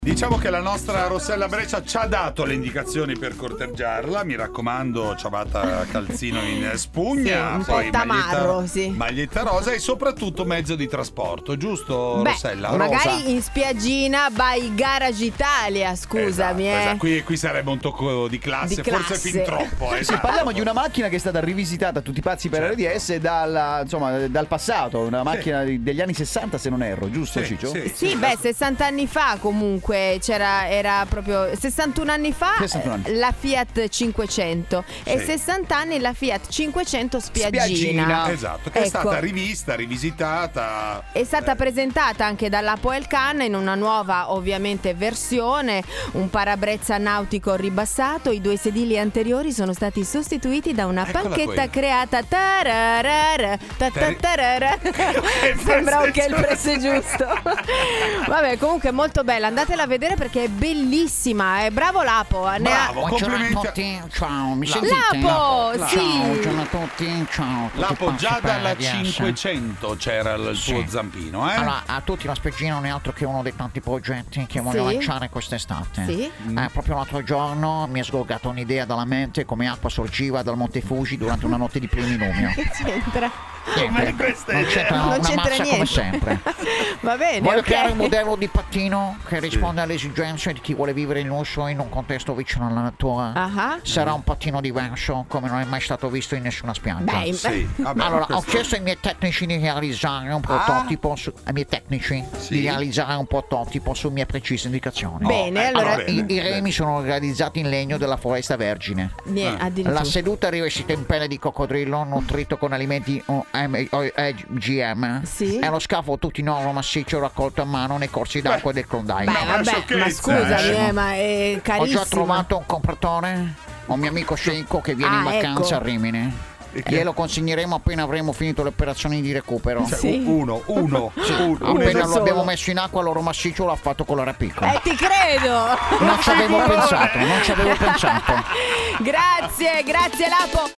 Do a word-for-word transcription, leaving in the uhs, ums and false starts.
Diciamo che la nostra Rossella Breccia ci ha dato le indicazioni per corteggiarla. Mi raccomando, ciabatta calzino in spugna, sì, un poi po' tamarro, maglietta, sì. maglietta rosa e soprattutto mezzo di trasporto, giusto? Beh, Rossella? magari rosa. in spiaggina by Garage Italia, scusami. Esatto, eh. esatto. Qui, qui sarebbe un tocco di classe, Di forse classe. fin troppo. Esatto. Sì, parliamo di una macchina che è stata rivisitata a tutti i pazzi per Certo. R D S dal, insomma, dal passato, una macchina sì. degli anni sessanta se non erro, giusto Sì, Ciccio? sì. Sì, beh, sessanta anni fa comunque c'era, era proprio sessantuno anni fa sessantuno anni. la Fiat cinquecento e Sì. sessanta anni la Fiat cinquecento spiaggina. Spiaggina. Esatto, che Ecco. è stata rivista, rivisitata. È stata presentata anche dalla Poelcan in una nuova ovviamente versione, un parabrezza nautico ribassato, i due sedili anteriori sono stati sostituiti da una Eccola panchetta qui. creata tararara, tatatarara. Sembra che il prezzo è giusto. Vabbè, comunque molto bella, andatela a vedere perché è bellissima, è bravo Lapo. Ne ha... Bravo, Buongiorno a complimenti. tutti, ciao, mi La- sentite? Lapo, Lapo, sì. Ciao, buongiorno a tutti, ciao. tutti Lapo, pazzi già per dalla R D S. cinquecento c'era il Sì. tuo zampino, eh? Allora, a tutti la Spiaggina non è altro che uno dei tanti progetti che voglio Sì. lanciare quest'estate. Sì. Eh, proprio l'altro giorno mi è sgorgata un'idea dalla mente come acqua sorgiva dal Monte Fuji durante una notte di plenilunio. Che c'entra? Ma questa non idea? c'entra Non una c'entra massa come niente. sempre. Va bene, Voglio ok. creare un modello di pattino che risponde alle esigenze di chi vuole vivere il lusso in un contesto vicino alla natura. Ah. Sarà un pattino diverso come non è mai stato visto in nessuna spiaggia. Beh, Sì, vabbè, Allora, ho questo- chiesto ai miei tecnici di realizzare un prototipo su, ai miei tecnici Sì. di realizzare un prototipo su mie precise indicazioni. Bene, eh, allora va I, bene. i remi sono realizzati in legno della foresta vergine. Niente, addirittura. La seduta è rivestita in pelle di coccodrillo nutrito con alimenti O M G M. Sì. E lo scafo tutto in oro massiccio raccolto a mano nei corsi d'acqua del Klondike. Beh, No, una vabbè, ma sciocchezza, scusami, eh. eh, ma è Ho carissimo. già trovato un compratore, un mio amico Sceicco che viene Ah, in vacanza ecco. a Rimini. E che- Glielo consegneremo appena avremo finito le operazioni di recupero. Cioè, Sì. uno, uno, uno, uno Appena lo solo. abbiamo messo in acqua l'oro massiccio l'ha fatto con la rapicola. Eh, ti credo. Non ci avevo pensato, non ci avevo pensato. Grazie, grazie Lapo.